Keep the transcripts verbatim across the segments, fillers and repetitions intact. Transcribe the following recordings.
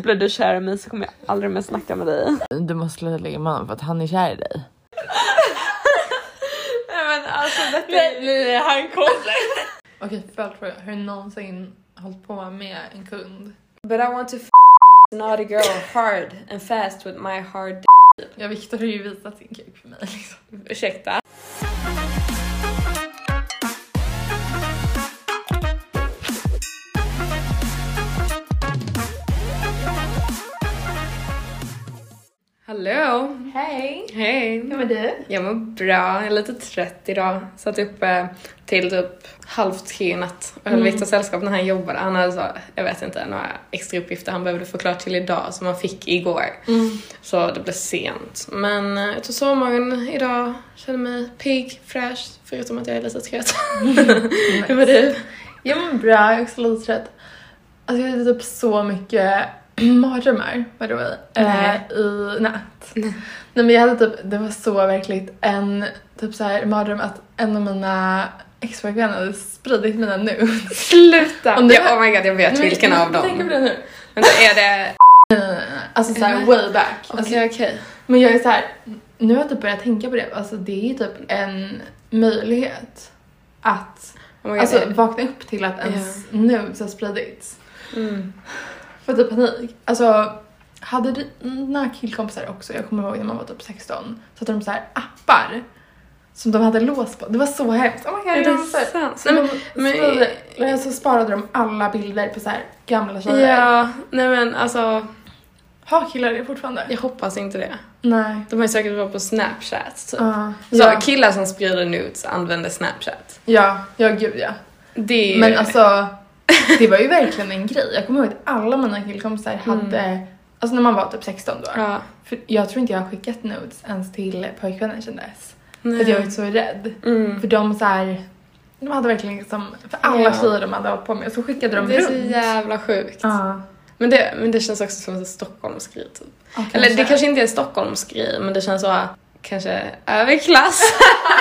blir du kär i mig så kommer jag aldrig mer snacka med dig. Du måste sluta lägga man för att han är kär i dig. Nej men alltså detta nej, nej, han kommer. Okej, följdfråga. Har du någonsin hållit på med en kund? But I want to f*** naughty girl hard and fast with my hard d***. Ja, Victor har ju visat sin kuk för mig liksom. Ursäkta. Hallå! Hej! Hej! Hur mår du? Jag mår bra, jag är lite trött idag. Satt uppe till typ halv tre i natt. Och höll mm. Victor sällskap när han jobbade. Han hade så, jag vet inte, några extra uppgifter han behövde få klart till idag som han fick igår. Mm. Så det blev sent. Men jag tog sovmorgon idag, kände mig pigg, fräsch. Förutom att jag är lite trött. Nice. Hur var du? Jag mår bra, jag är också lite trött. Alltså jag hade typ så mycket mardrömmar, vad det var, äh, i natt. Nej. Nej men jag hade typ, det var så verkligt en typ så här mardröm att en av mina ex-pojkvänner hade spridit mina nudes. Sluta! Det, ja, oh my god, jag vet men, vilken av dem. Tänk på det nu. Men då är det... Alltså så här way back. Okej, okay, okej. Okay. Men jag är så här, nu har jag typ börjat tänka på det. Alltså det är typ en möjlighet att oh God, alltså, det... vakna upp till att ens yeah. nudes har spridits. Mm. För typ panik. Alltså, hade du några killkompisar också, jag kommer ihåg när man var typ sexton, så hade de så här appar som de hade låst på. Det var så hemskt. Oh my God, är det sant? Så nej, men, spridde, men... så sparade de alla bilder på så här gamla tjejer. Ja, nej men alltså... Har killar det fortfarande? Jag hoppas inte det. Nej. De har ju säkert varit på Snapchat typ. Uh, så ja. Killar som sprider nudes använder Snapchat. Ja, ja gud ja. Det... Men alltså... Det var ju verkligen en grej. Jag kommer ihåg att alla mina killkompisar hade... Mm. Alltså när man var typ sexton då. Ja. För jag tror inte jag har skickat notes ens till pojkvänner sedan dess. Nej. För att jag var så rädd. Mm. För de så här... De hade verkligen liksom... För alla ja. tjejer de hade hållit på med så skickade de det runt. Det är så jävla sjukt. Ja. Men det, men det känns också som en Stockholmsgrej typ. Okay, Eller det kanske inte är en Stockholmsgrej, men det känns så... Kanske överklass.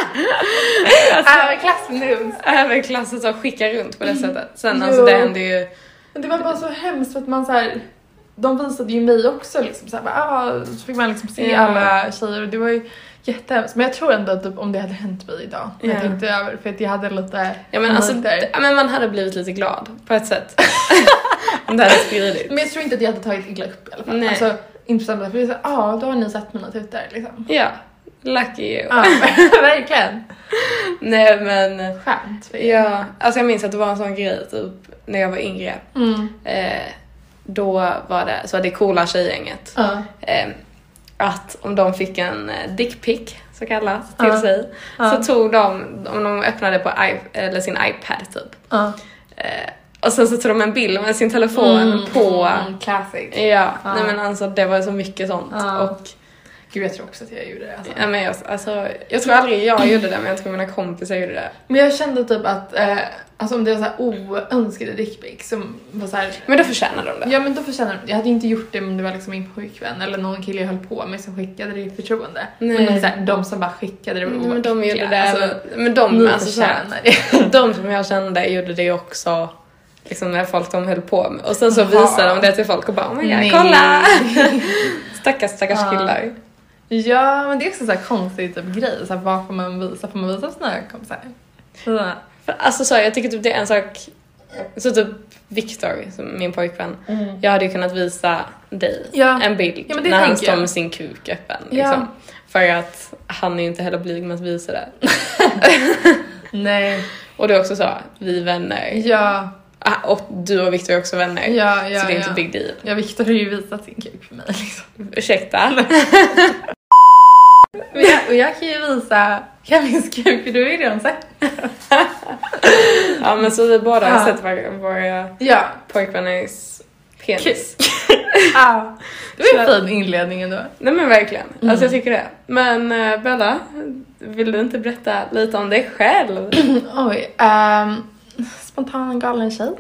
alltså, överklass nudes. Överklass som skickar runt på det sättet. Sen alltså det hände ju... Men det var bara så hemskt för att man så här... De visade ju mig också liksom så här, bara, ah, så fick man liksom se yeah. alla tjejer och det var ju jättehemskt. Men jag tror ändå typ om det hade hänt mig idag. Yeah. Jag tänkte över för att jag hade lite... Ja men alltså, d- men man hade blivit lite glad på ett sätt. Om det hade spridit. Men jag tror inte att jag hade tagit illa upp i alla fall. Nej. Alltså, inte för att ja, ah, då har ni sett mina tutar liksom. Ja. Lucky you. Ja, verkligen. Nej men skönt. Ja, alltså jag minns att det var en sån grej typ när jag var yngre. Mm. Eh, då var det så var det coola tjejgänget. Uh. Eh, att om de fick en dickpic så kallat till uh. sig uh. så tog de om de öppnade på i- eller sin iPad typ. Uh. Eh, och sen så tog de en bild med sin telefon mm, på mm, classic. Ja, uh. nej men alltså det var så mycket sånt uh. och gud, jag tror också att jag gjorde det. Alltså. Ja, men jag, alltså, jag tror aldrig jag gjorde det, men jag tror mina kompisar gjorde det. Men jag kände typ att, eh, alltså om det var så här oönskade dickpics som var så här... Men då förtjänar de det. Ja, men då förtjänar de. Jag hade inte gjort det om det var liksom min pojkvän eller någon kille jag höll på med som skickade det i förtroende. Nej. Men de, så här, de som bara skickade det var mm, men de gjorde det. Alltså, men de, alltså, förtjänar det. De som jag kände gjorde det också. Liksom när folk de höll på med. Och sen så visade de det till folk och bara, oh my God, Nej. kolla! stackars, stackars ja. killar. Ja, men det är också så här konstigt typ grej. Så här, vad får man visa? Får man visa såna kompisar? Så. För, alltså så, jag tycker typ det är en sak... Så typ Victor, som min pojkvän. Mm. Jag hade ju kunnat visa dig ja. en bild ja, när han står med sin kuk öppen. Ja. Liksom. För att han är ju inte heller blyg med att visa det. Nej. Och det är också så, vi är vänner. Ja. Ah, och du och Victor är också vänner. Ja, ja, så det är ja. inte big deal. Ja, Victor har ju visat sin kuk för mig. Liksom. Ursäkta? och, jag, och jag kan ju visa Kevins kuk, för du har ju redan sett. Ja, men så vi båda har ja. sett våra, våra ja. pojkvänners penis. Ja. Det var en fin inledning ändå. Nej men verkligen, mm. alltså jag tycker det. Men uh, Bella, vill du inte berätta lite om dig själv? Oj, um, spontan galen tjej.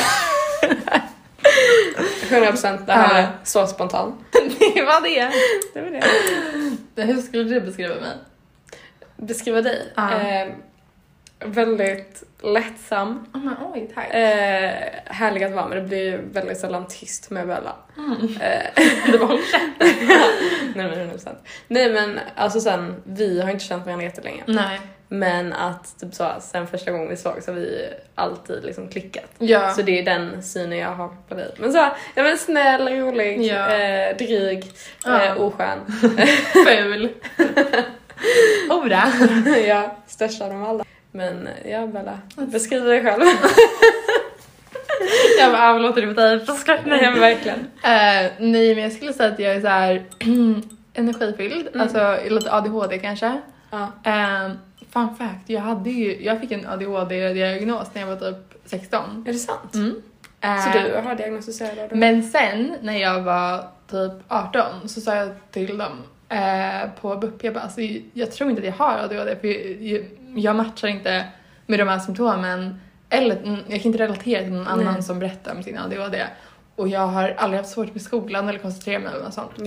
hundra procent det här är så spontant. Det var det. Det var det. Hur skulle du beskriva mig? Beskriva dig? Uh. Eh, väldigt lättsam. Oh, men, oj, tack. Eh, härlig att vara, men det blir väldigt sällan tyst med Bella. Mm. Eh, det var ja. Nej men hundra procent. Nej men alltså sen, vi har inte känt varandra jättelänge. Nej. Men att typ så, sen första gången vi såg så har vi alltid liksom klickat. Ja. Så det är den synen jag har på dig. Men så, jag var snäll, rolig, ja. eh, dryg, ja. eh, oskön. Ful. Ora. Ja, största av dem alla. Men ja, Bella, beskriv dig själv. Jag bara avlåter det på dig. Nej, verkligen. Uh, nej, men jag skulle säga att jag är så här energifylld. Mm. Alltså lite A D H D kanske. Ja. Uh, fun fact, jag hade ju, jag fick en A D H D-diagnos när jag var typ sexton. Är det sant? Mm. Uh, så du har diagnostiserad A D H D? Men sen när jag var typ arton så sa jag till dem uh, på B U P, jag bara, alltså, jag tror inte att jag har A D H D för jag, jag matchar inte med de här symptomen. Eller jag kan inte relatera till någon annan Nej. Som berättar om sin A D H D. Och jag har aldrig haft svårt med skolan eller koncentrera mig eller något sånt.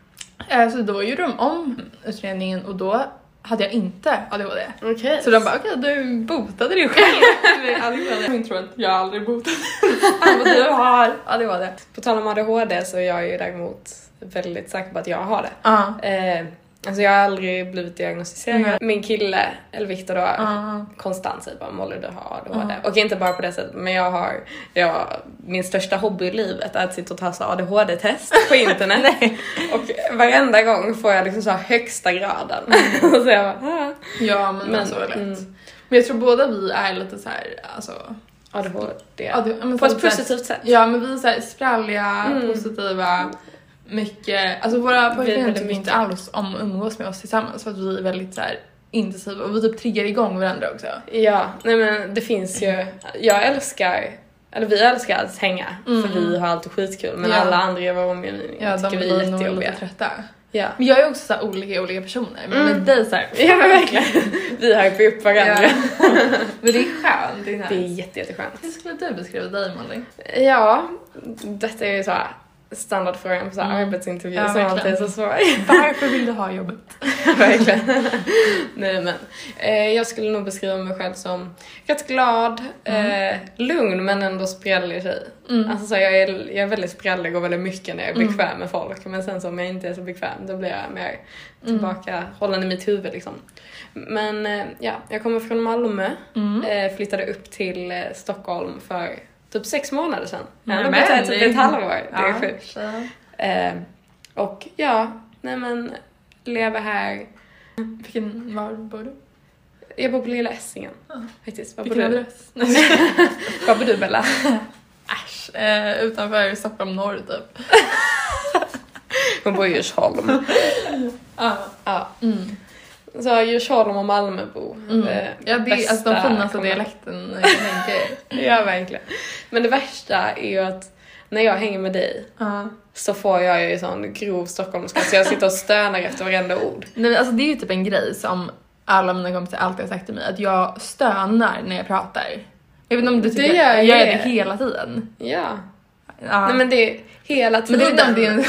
Ja. Så då gjorde de om utredningen och då hade jag inte A D H D. Okej. Okay. Så de bara, okej, okay, du botade dig själv med A D H D. Jag tror att jag aldrig botade. Men du har A D H D. På tal om A D H D så är jag ju däremot väldigt säker på att jag har det. Uh-huh. Eh, Alltså jag har aldrig blivit diagnostiserad. Mm. Min kille, eller Victor då, uh. konstant säger bara Molly, du har A D H D. Uh. Och inte bara på det sättet, men jag har, jag, min största hobby i livet är att sitta och ta så A D H D-test på internet. Nej. Och varenda gång får jag liksom så högsta graden. Mm. Och så jag bara, ah. Ja, men, men så är det lätt. Mm. Men jag tror båda vi är lite så här, alltså A D H D. A D H D på ett positivt sätt. Ja, men vi är så här spralliga, mm. positiva. Mycket, alltså våra pojkvänner tycker inte alls om att umgås med oss tillsammans för att vi är väldigt så här intensiva och vi typ triggar igång varandra också. Ja, nej men det finns ju, jag älskar, eller vi älskar att hänga mm. för vi har alltid skitkul, men ja. Alla andra i vår omgivning ja, tycker de vi är jättejobbiga. Trötta. Ja. Men jag är också så här olika olika personer, men mm. med dig så här. Ja, men verkligen. Vi har ju upp varandra. Ja. Men det är skönt, det är nice. Det är jätte, jätteskönt. Hur skulle du beskriva dig, Molly? Ja, detta är ju så här standardfrågan på så här mm. arbetsintervju ja, som alltid är så svår. Varför vill du ha jobbet? Verkligen. Nej men, eh, jag skulle nog beskriva mig själv som rätt glad, mm. eh, lugn men ändå sprällig tjej. Mm. Alltså så jag är, jag är väldigt sprällig och väldigt mycket när jag är bekväm mm. med folk. Men sen så om jag inte är så bekväm då blir jag mer tillbaka, mm. hållande i mitt huvud liksom. Men eh, ja, jag kommer från Malmö, mm. eh, flyttade upp till eh, Stockholm för typ sex månader sedan. Mm, ja, men det är ett halvår. Det är ja, sjukt. Eh, och ja, nej men lever här. Vilken, var bor du? Jag bor på Lilla Essingen. Ah. Faktiskt. Var bor Vilken du? adress? Var bor du, Bella? Äsch, eh, utanför Stockholm norr typ. Hon bor i Djursholm. ah. Ja. Mm. Så Djursholm och Malmöbo. Mm. Ja, det är alltså de finaste dialekten. Ja, verkligen. Men det värsta är ju att när jag hänger med dig uh. så får jag ju sån grov stockholmska så jag sitter och stönar efter varenda ord. Nej, alltså det är ju typ en grej som alla mina kompisar alltid har sagt till mig, att jag stönar när jag pratar. Jag vet inte om du tycker det gör jag gör det hela tiden. Ja. Uh. Nej, men det är hela tiden. Men det är inte om det är en...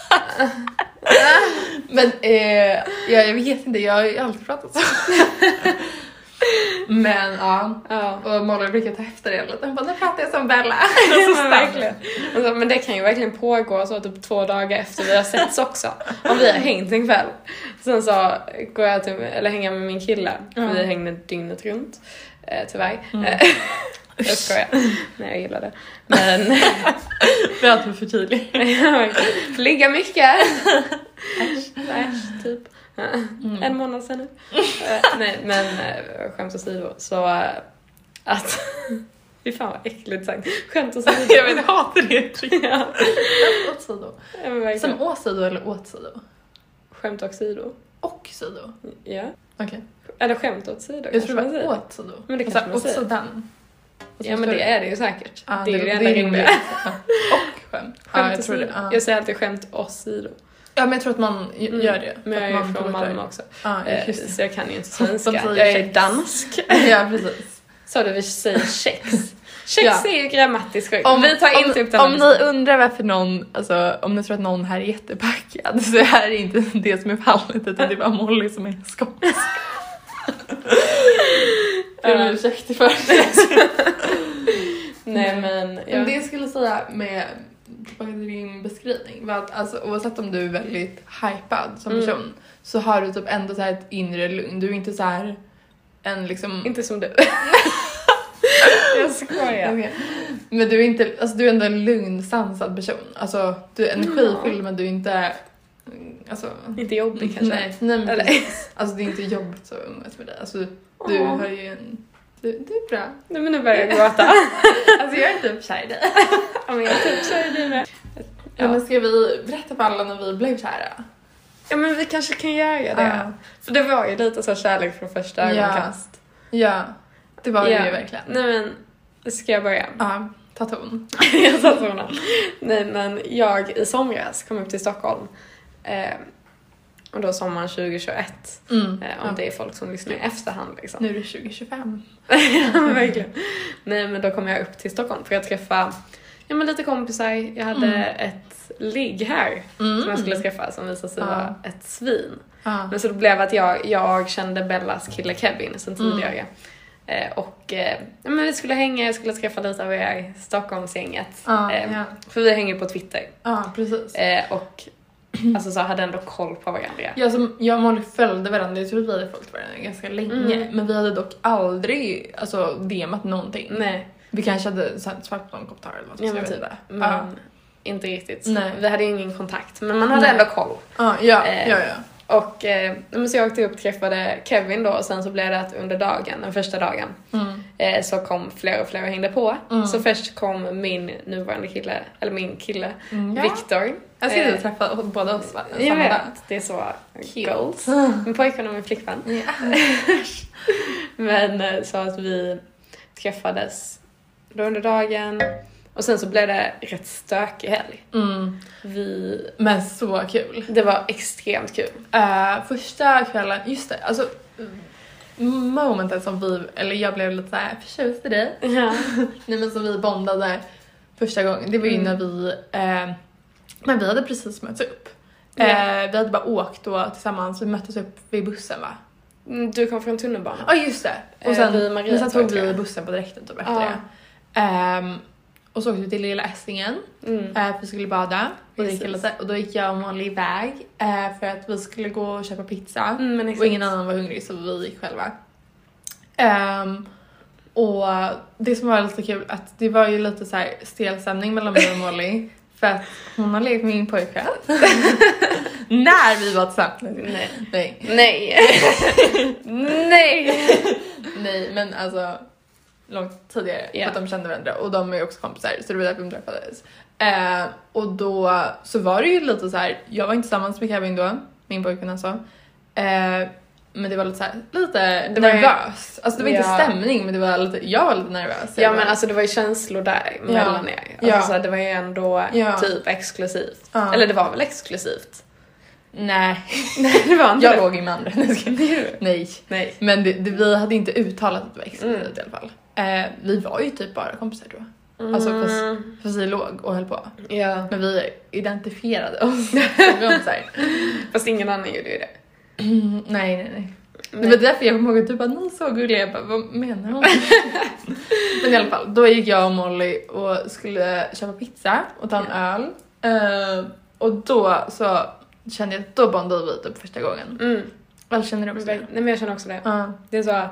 Men eh, ja, jag vet inte, jag har ju alltid pratat så. Men ja, ja. Och Molly brukar ta efter det lite. Hon bara, nu pratar jag som Bella. Ja, verkligen. Alltså, men det kan ju verkligen pågå så typ två dagar efter vi har setts också. Om vi har hängt en kväll. Sen så går jag till, eller hänger med min kille. Mm. Vi hängde dygnet runt, eh, tyvärr. Mm. Jag skojar. Nej, jag gillar det. Men för att du är för tydlig. Ligga mycket. Äsch, äsch, typ. Mm. En månad sedan nu. uh, nej, men uh, skämt åsido. Så uh, att... Fy fan vad äckligt sagt. Skämt åsido. Jag vet, jag hatar det. Ja. Skämt åsido. Ja, som åsido eller åtsido? Skämt och sido. Och sido? Ja. Okej. Okay. Eller skämt åt sido. Jag tror det var åtsido. Men det kanske man säger. Åtsidan. Ja, men det är det ju säkert. Ah, det är det, ju det enda rimliga. Och skämt. Skämt ah, jag, tror det, ah. jag säger alltid skämt och sido. Ja, men jag tror att man gör det. Men jag är man från Malmö också. Ah, eh, så jag kan ju inte svenska. Jag är dansk. Ja, precis. Så du, vi säger kex. Kex ja. Är ju grammatiskt sjukt. Om, vi tar inte om, upp den om ni undrar varför någon, alltså om ni tror att någon här är jättepackad, så är det inte det som är fallet, utan det är bara Molly som är skånsk. Det är ursäkt för Nej men... Ja. Men det jag skulle säga med din beskrivning var att alltså, oavsett om du är väldigt hypad som person mm. så har du typ ändå så här ett inre lugn. Du är inte så här en liksom... Inte som du. Jag skojar. Okay. Men du är inte, alltså du är ändå en lugn, sansad person. Alltså du är energifylld men du är inte... Alltså, inte jobbig kanske. Nej, nej men eller? Alltså det är inte jobbigt så umgås med dig. Alltså du oh. har ju en... Du, du är bra. Nej men nu börjar jag gråta. Alltså jag är typ kär i dig. Ja men jag är typ kär i dig med. Ja. Ja men ska vi berätta för alla när vi blev kära? Ja men vi kanske kan göra det. Uh. För det var ju lite så kärlek från första ögonkast. Ja. Ja, det var ja. det ju verkligen. Nej men, ska jag börja? Ja, ta ton. Jag tar tonen. Nej men jag i somras kom upp till Stockholm. Eh, och då sommaren tjugo tjugoett. Mm. Eh, om ja. Det är folk som lyssnar i efterhand liksom. Nu är det tjugo tjugofem. Ja verkligen. Nej men då kom jag upp till Stockholm för att träffa ja, men lite kompisar. Jag hade mm. ett ligg här mm. som jag skulle träffa som visade sig ja. Vara ett svin. Ja. Men så då blev att jag, jag kände Bellas kille Kevin sen tidigare. Mm. Eh, och eh, ja, men vi skulle hänga, jag skulle träffa lite av er Stockholmsgänget. Ja, eh, ja. För vi hänger på Twitter. Ja, precis. Eh, och alltså så hade ändå koll på varandra. Ja, som jag och Molly följde varandra. Jag tror vi hade följt varandra ganska länge. Mm. Men vi hade dock aldrig alltså, demat någonting. Nej. Vi kanske hade svarat på någon kommentar eller något. Ja, men typ. Men ja. Inte riktigt. Nej. Vi hade ingen kontakt. Men man hade Nej. Ändå koll. Ja, ja, eh, ja, ja. Och eh, så jag åkte upp och träffade Kevin då. Och sen så blev det att under dagen, den första dagen. Mm. Eh, så kom fler och fler och hängde på. Mm. Så först kom min nuvarande kille. Eller min kille. Mm, ja. Viktor. Jag ska inte träffa båda oss va? Jag vet, dag. Det är så goals. Mm. Min pojkvän och min flickvän. Yeah. Men så att vi träffades då under dagen. Och sen så blev det rätt stökig helg. Mm. Vi... Men så kul. Det var extremt kul. Uh, första kvällen, just det, alltså momentet som vi, eller jag blev lite såhär förtjust i dig. Ja. Nej men som vi bondade första gången, det var ju mm. när vi, uh, men vi hade precis mötts upp. Ja. Uh, vi hade bara åkt då tillsammans, vi möttes upp vid bussen va? Du kom från tunnelbanan. Ja just det. Och sen, uh, Maria, men sen tog vi bussen på direkten typ efter uh. det. Um, Och så åkte vi till Lilla Essingen mm. äh, för vi skulle bada. Och, lite, och då gick jag och Molly iväg äh, för att vi skulle gå och köpa pizza. Mm, och ingen annan var hungrig så vi gick själva. Um, och det som var lite kul att det var ju lite så här stelstämning mellan mig och Molly. För att hon har levt med min pojkvän. När vi var tillsammans. Nej. Nej. Nej. Nej. Nej, men alltså... långt tidigare yeah. för att de kände varandra och de är ju också kompisar så det var därför de träffades eh, och då så var det ju lite så här. Jag var inte tillsammans med Kevin då, min pojkvän alltså eh, men det var lite så här, lite det nervös alltså det var yeah. inte stämning men det var lite, jag var lite nervös ja var. Men alltså det var ju känslor där ja. Mellan er alltså, ja. Så här, det var ju ändå ja. Typ exklusivt ja. Eller det var väl exklusivt. Nej, Nej det var inte jag det. Låg i med andra. Nej, nej. Men det, det, vi hade inte uttalat att det var exklusivt mm. i alla fall. Eh, vi var ju typ bara kompisar då. Mm. Alltså fast, fast vi låg och höll på. Ja. Men vi identifierade oss som kompisar. Fast ingen annan gjorde ju det. Mm, nej, nej, nej. Nej. Det var därför jag kom ihåg att du bara, ni så gulliga. Jag bara, vad menar hon? Men i alla fall, då gick jag och Molly och skulle köpa pizza och ta en yeah. öl. Eh, och då så kände jag att då bondade vi typ första gången. Mm. Vad känner du också det? Nej men jag känner också det. Uh. Det är så...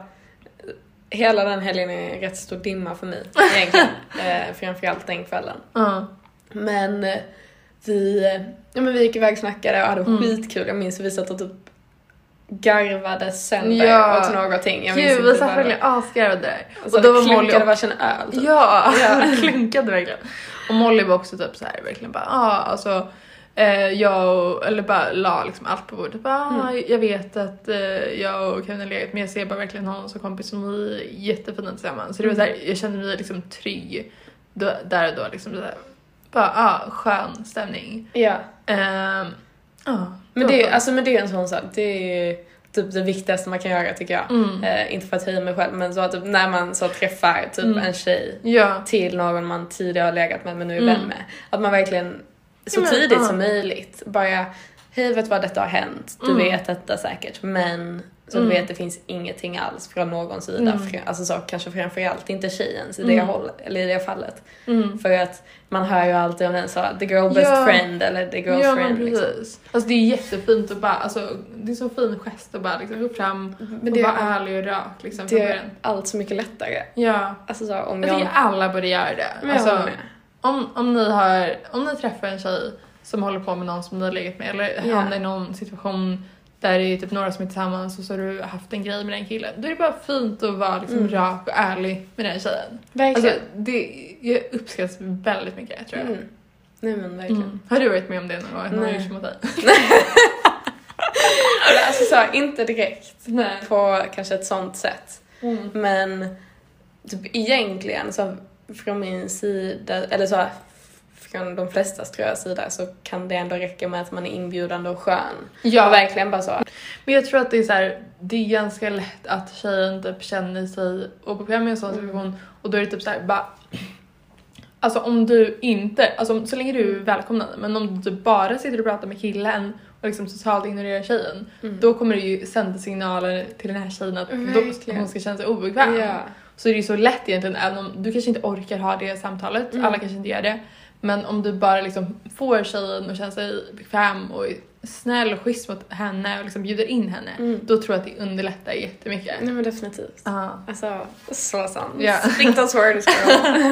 Hela den helgen är en rätt stor dimma för mig egentligen. eh, framförallt den kvällen. Uh. Men eh, vi, ja, men vi gick iväg och snackade och hade mm. skitkul. Jag minns att vi satt och typ garvade sönder ja. Åt någonting. Jag Gud, vi satt verkligen asgarvade där. Och, och då var Molly och... varsin öl. Typ. Ja, ja. Klunkade verkligen. Och Molly var också typ så här verkligen bara, ja ah, alltså... Eh, jag eller bara la liksom allt på bordet. Bara, ah, mm. Jag vet att eh, jag och Kevin har legat men jag ser bara verkligen honom som kompis som vi är jättefina tillsammans. Så det var så här, jag kände mig liksom trygg då, där och då liksom så här, bara ah, skön stämning. Ja. Eh, ah, men det är alltså men det är en sån sak. Det är typ det viktigaste man kan göra tycker jag. Mm. Eh, inte för att höja mig själv men så att typ, när man så träffar typ mm. en tjej ja. Till någon man tidigare har legat med men nu är mm. vän med. Att man verkligen så men, tidigt uh. som möjligt. Bara, hej vet vad detta har hänt. Du mm. vet detta säkert. Men Så mm. du vet, det finns ingenting alls från någon sida. Mm. För, alltså så, kanske framförallt inte tjejens i det, mm. håll, eller i det fallet. Mm. För att man hör ju alltid om den så, the girl best ja. friend eller the girlfriend. Ja, men precis. Liksom. Alltså det är jättefint att bara, alltså det är så fin gest att bara liksom gå fram men det och vara är, ärlig och rak. Liksom, det är allt så mycket lättare. Ja. Alltså så, om jag... jag tycker alla borde göra det. Men alltså, om, om, ni har, om ni träffar en tjej som håller på med någon som ni har legat med eller yeah. hamnar i någon situation där det är typ några som är tillsammans och så har du haft en grej med den killen. Då är det bara fint att vara liksom mm. rak och ärlig med den tjejen. Verkligen. Alltså, det jag uppskattas väldigt mycket, tror jag. Mm. Nej men verkligen. Mm. Har du varit med om det någon gång? Nej. Har mot dig? Alltså så, inte direkt. Nej. På kanske ett sånt sätt. Mm. Men typ egentligen så från min sida, eller så från de flesta tror jag sida, så kan det ändå räcka med att man är inbjudande och skön. Ja. Och verkligen bara så. Men jag tror att det är så här, det är ganska lätt att tjejen typ känner sig obekväm i en sån situation. Mm. Och då är det typ så här, bara... Alltså om du inte, alltså så länge du är välkomnande, men om du bara sitter och pratar med killen och liksom totalt ignorerar tjejen, mm. då kommer det ju sända signaler till den här tjejen att då, hon ska känna sig obekväm. Ja. Så det är så lätt egentligen, även om du kanske inte orkar ha det samtalet, mm. alla kanske inte gör det. Men om du bara liksom får tjejen att känna sig bekväm och snäll och schysst mot henne och liksom bjuder in henne, mm. då tror jag att det underlättar jättemycket. Nej men definitivt. Uh. Alltså, så sant. Yeah. Think those words, girl.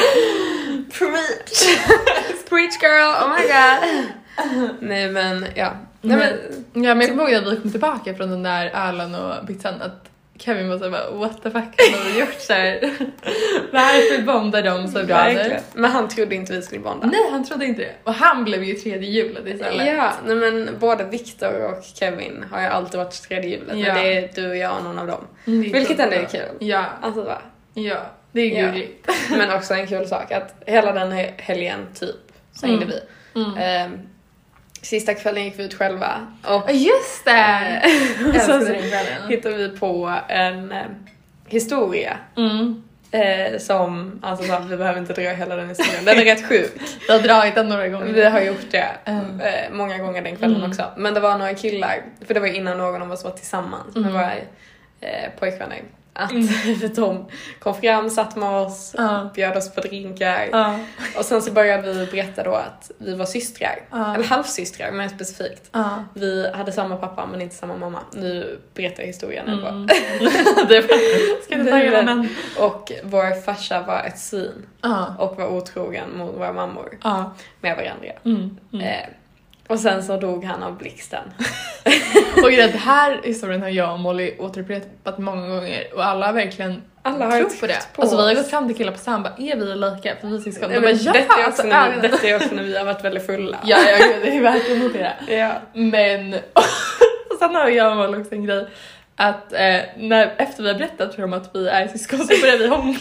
Preach. Preach, girl. Oh my god. Nej men, ja. Nej, men, ja, men jag kommer ihåg att vi kom tillbaka från den där ölen och pizzan att Kevin var så bara, what the fuck har du gjort så här? Varför bondar de så bra nu? Men han trodde inte vi skulle bonda. Nej, han trodde inte det. Och han blev ju tredje hjulet istället. Ja, nej, men både Victor och Kevin har ju alltid varit tredje hjulet. Ja. Men det är du och jag och någon av dem. Mm, vilket ändå är kul. Ja. Alltså va? Ja, det är gulligt. Ja. Men också en kul sak att hela den helgen typ så hängde mm. vi. Mm. Um, Sista kvällen gick vi ut själva. Och just det! och så, så hittade vi på en eh, historia. Mm. Eh, som, alltså så, vi behöver inte dra hela den historien. Den är rätt sjuk. Vi har dragit den några gånger. Vi har gjort det mm. eh, många gånger den kvällen mm. också. Men det var några killar, för det var innan någon av oss var tillsammans med mm. våra eh, pojkvänner. Att mm. de kom fram, satt med oss, uh. bjöd oss på drinkar. Uh. Och sen så började vi berätta då att vi var systrar. Uh. Eller halvsystrar, mer specifikt. Uh. Vi hade samma pappa men inte samma mamma. Nu berättar jag historien ändå. Mm. det var, ska du ta hela den? Och vår farsa var ett svin. Uh. Och var otrogen mot våra mammor. Uh. Med varandra. Mm. Mm. Eh, och sen så dog han av blixten. Och den här historien har jag och Molly återupprepat många gånger. Och alla har verkligen alla har tror på det. På alltså vi har gått fram till killar på stan bara, är vi lika? För vi syskon. Nej, De bara, ja, ja, detta, är alltså, när vi, detta är också när vi har varit väldigt fulla. Ja, ja, det är värt att notera. Ja. Men, och sen har jag och Molly också en grej. Att eh, när, efter vi har berättat för dem att vi är syskon så börjar vi hångla.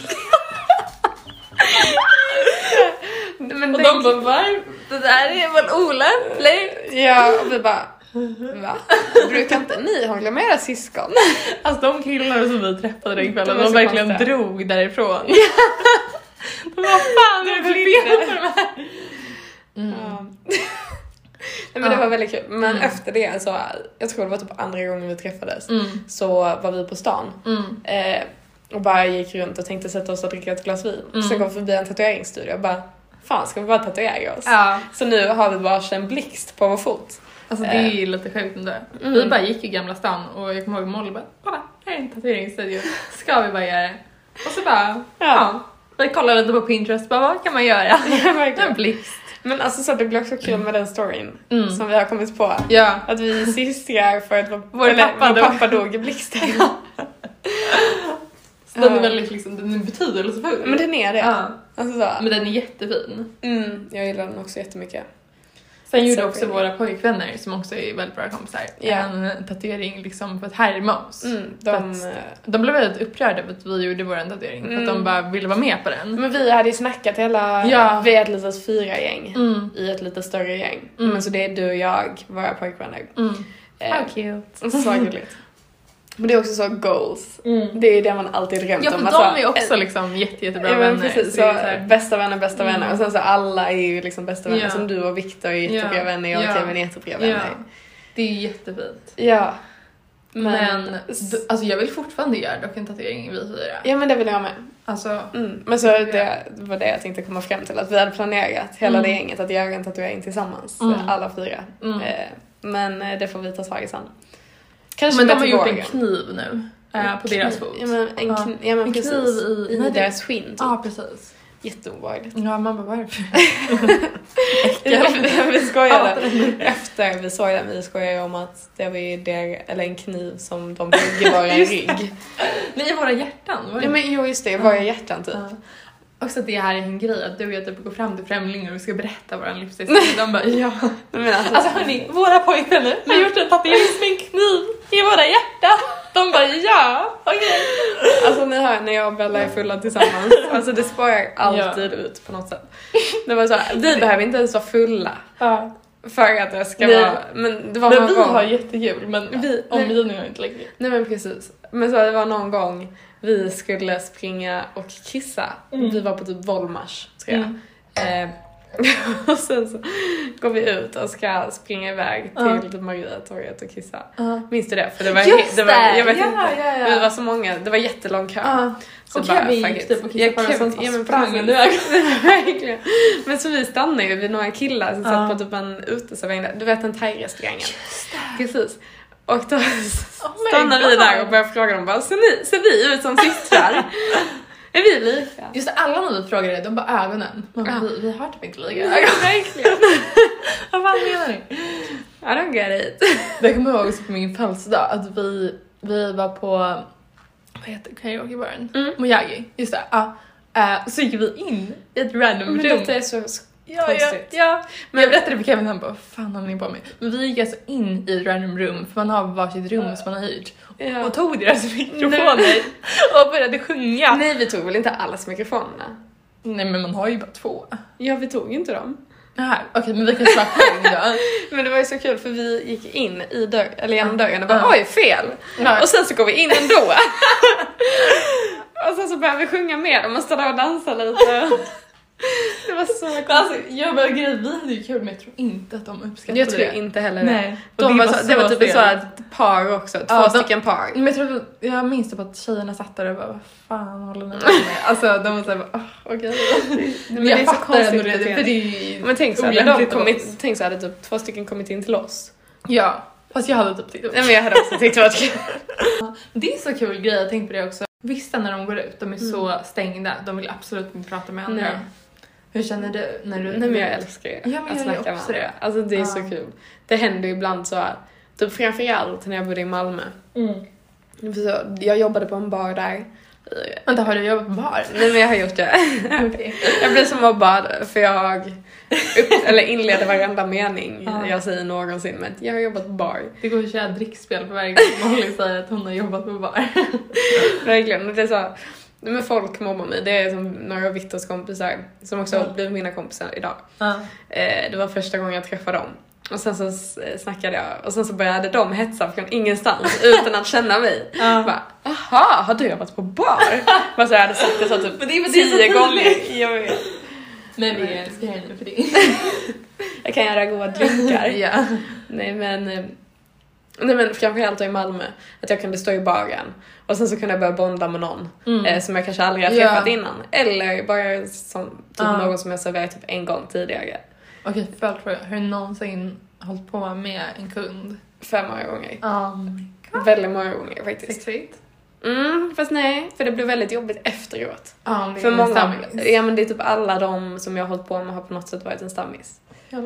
Men och det, de bara, var, det där är väl olämpligt? Ja, och vi bara, va? Brukar inte ni hångla med era syskon? Alltså de killar som vi träffade den kvällen, de, de verkligen konstiga. Drog därifrån. De var fan, det är fel för de här. Mm. Ja. Nej, men det var väldigt kul. Men mm. efter det så, jag tror det var typ andra gången vi träffades, mm. så var vi på stan. Mm. Eh, och bara gick runt och tänkte sätta oss och dricka ett glas vin. Mm. Sen kom vi förbi en tatueringsstudio och bara, fan ska vi bara tatuera oss? Ja. Så nu har vi bara en blixt på vår fot. Alltså det är ju lite sjukt ändå. Mm. Vi bara gick i Gamla stan och jag kommer ihåg Molly bara, kolla, här är en tatueringsstudio. Ska vi bara göra det? Och så bara, ja. ja. Vi kollade lite på Pinterest, bara vad kan man göra? Ja, en blixt. Men alltså så det blir också kul med den storyn mm. som vi har kommit på. Ja. Att vi är systrar för att vår, vår eller, pappa, vår pappa dog i blixten. Ja. Så den är väldigt liksom, den är betydelsefull. Men den är det. Ja. Alltså så. Men den är jättefin. Mm, jag gillar den också jättemycket. Sen gjorde också våra pojkvänner, som också är väldigt bra kompisar, yeah. en tatuering liksom för att härma oss. Mm, de, att, de blev väldigt upprörda för att vi gjorde vår tatuering, mm. för att de bara ville vara med på den. Men vi hade ju snackat hela, ja. vi är ett litet fyra gäng mm. i ett lite större gäng. Mm. Men så det är du och jag, våra pojkvänner. Mm. Eh, How cute. Så gulligt. Men det är också så goals. Mm. Det är det man alltid drömt ja, om. Ja, för alltså, de är också liksom jätte, jättebra ja, vänner. Precis, så, så, så bästa vänner, bästa mm. vänner. Och sen så alla är ju liksom bästa vänner. Ja. Som du och Victor är jättebra ja. vänner och ja. Kevin är jättebra vänner. Ja. Det är jättefint. Ja. Men, men d- alltså jag vill fortfarande göra dock en tatuering vi fyra. Ja, men det vill jag med. Alltså, mm. Men så det var det jag tänkte komma fram till. Att vi hade planerat hela mm. det gänget att göra en tatuering tillsammans. Mm. Alla fyra. Mm. Eh, men det får vi ta tag i sen. Kanske men de har gjort en kniv nu. Äh, på kniv. Deras fot. Ja, men en, kn- ja, men en precis. kniv i, i deras skinn. Typ. Ja, precis. Jätteobehagligt. Ja, man bara varför? Vi skojade efter vi såg den. Vi skojade om att det var ju der, eller en kniv som de högg i våra rygg. Nej, i våra hjärtan. Ja, men jo, just det. I våra hjärtan typ. Ja. Också att det här är en grej att du och jag typ går fram till främlingar och vi ska berätta vår livshistoria. De bara, ja. Men alltså, alltså hörni, våra pojkvänner har gjort en tatuering med en kniv i våra hjärtan. De bara, ja, okej. Okay. Alltså ni hör, när jag och Bella är fulla tillsammans. Alltså det spårar alltid ja. ut på något sätt. Det var så här, vi behöver inte ens vara fulla. Ja. För att det ska nej. vara... Men, det var men vi gång, har jättekul, men vi, om vi nu har inte längre. Nej men precis. Men så det var någon gång vi skulle springa och kissa. Mm. Vi var på typ Volmars, tror jag. Mm. Eh, och sen så går vi ut och ska springa iväg till uh. Mariatorget och kissa. Uh. Minns du det? För det var, just det var jag vet ja, inte. Ja, ja. Det var så många, det var jättelång kö. Uh. Så och Kevin gick typ och kissade på den som ja, men sprang verkligen. Men så vi stannade ju vid några killar som uh. satt på typ en uteservering där. Du vet en thai-restaurangen. Precis. Och då oh stannade vi där och började fråga dem bara, ser, ni, ser vi ut som systrar? Är vi lika? Just det, alla när vi frågade det, de bara ögonen. Man bara, ja. vi, vi har typ inte lika ögon. Verkligen. Vad fan menar ni? I don't get it. Det kommer jag ihåg också på min födelsedag att vi, vi var på, vad heter det, karaokebaren? Mm. Mojagi, just det. Ja. Uh, så gick vi in i ett random rum. Men det är så ja, konstigt. Ja, ja. Men jag berättade för Kevin, han bara, vad fan har ni på mig? Men vi gick alltså in i ett random room, för man har varsitt rum som man har hyrt. Ja. Och tog deras mikrofoner och började sjunga. Nej, vi tog väl inte allas mikrofonerna? Nej, men man har ju bara två. Ja, vi tog inte dem. Nej, okej, okay, men vi kan svara själv då. Men det var ju så kul för vi gick in i dörr, eller genom dörren och bara, uh. oj, fel. Uh. Och sen så går vi in ändå. Och sen så började vi sjunga med dem och stå där och dansa lite. Det var så kul. Alltså, jag bara, grej, vi hade ju kul, men jag tror inte att de uppskattade det. Jag tror det. inte heller nej. Det. De det, var så, det var typ så ett par också, två ja, stycken de, par. Men jag tror, jag minns typ att tjejerna satt där och bara, vad fan håller ni med? Alltså de var såhär, oh, okej. Okay. Men jag det är så konstigt det, för det är ju men tänk så hade de kommit, tänk så hade typ två stycken kommit in till oss. Ja, fast jag hade typ tyckt. Nej, men jag hade också tyckt det var kul. Det är så kul grej, jag tänkte på det också. Vissa när de går ut, de är mm. så stängda, de vill absolut inte prata med andra. Nej. Hur känner du när du... Nej, men jag älskar det. Ja, men att jag snacka med det. Alltså det är ja. så kul. Det händer ju ibland så här, typ framförallt när jag bodde i Malmö. Mm. Så jag jobbade på en bar där. Vänta, har du jobbat på bar? Nej, men jag har gjort det. Okay. Jag blev som mobbad för jag upp, eller inledde varenda mening ah. jag säger någonsin med jag har jobbat på bar. Det går att köra drickspel på vägen som Molly säger att hon har jobbat på bar. Verkligen, det är så. Men folk mobbar mig. Det är som några av Viktors kompisar som också mm. blev mina kompisar idag. Mm. Eh, det var första gången jag träffade dem. Och sen så snackade jag. Och sen så började de hetsa från ingenstans utan att känna mig. Mm. Bara, aha, har du jobbat på bar? Bara så jag hade sagt det så typ men det är tio gånger. Jag vet. Men vi älskar henne för det. Jag kan göra goda drinkar. Ja. Nej men... Nej men framförallt i Malmö att jag kunde stå i baren och sen så kunde jag börja bonda med någon mm. eh, som jag kanske aldrig har träffat yeah. innan eller bara som typ uh. någon som jag serverat typ en gång tidigare. Okej, okay, följdfråga. Har du någonsin hållit på med en kund? Fem många gånger. Oh my God. Väldigt många gånger faktiskt. Sexigt? Mm, fast nej, för det blev väldigt jobbigt efteråt. Ja, um, för många, ja men det är typ alla de som jag har hållit på med har på något sätt varit en stammis.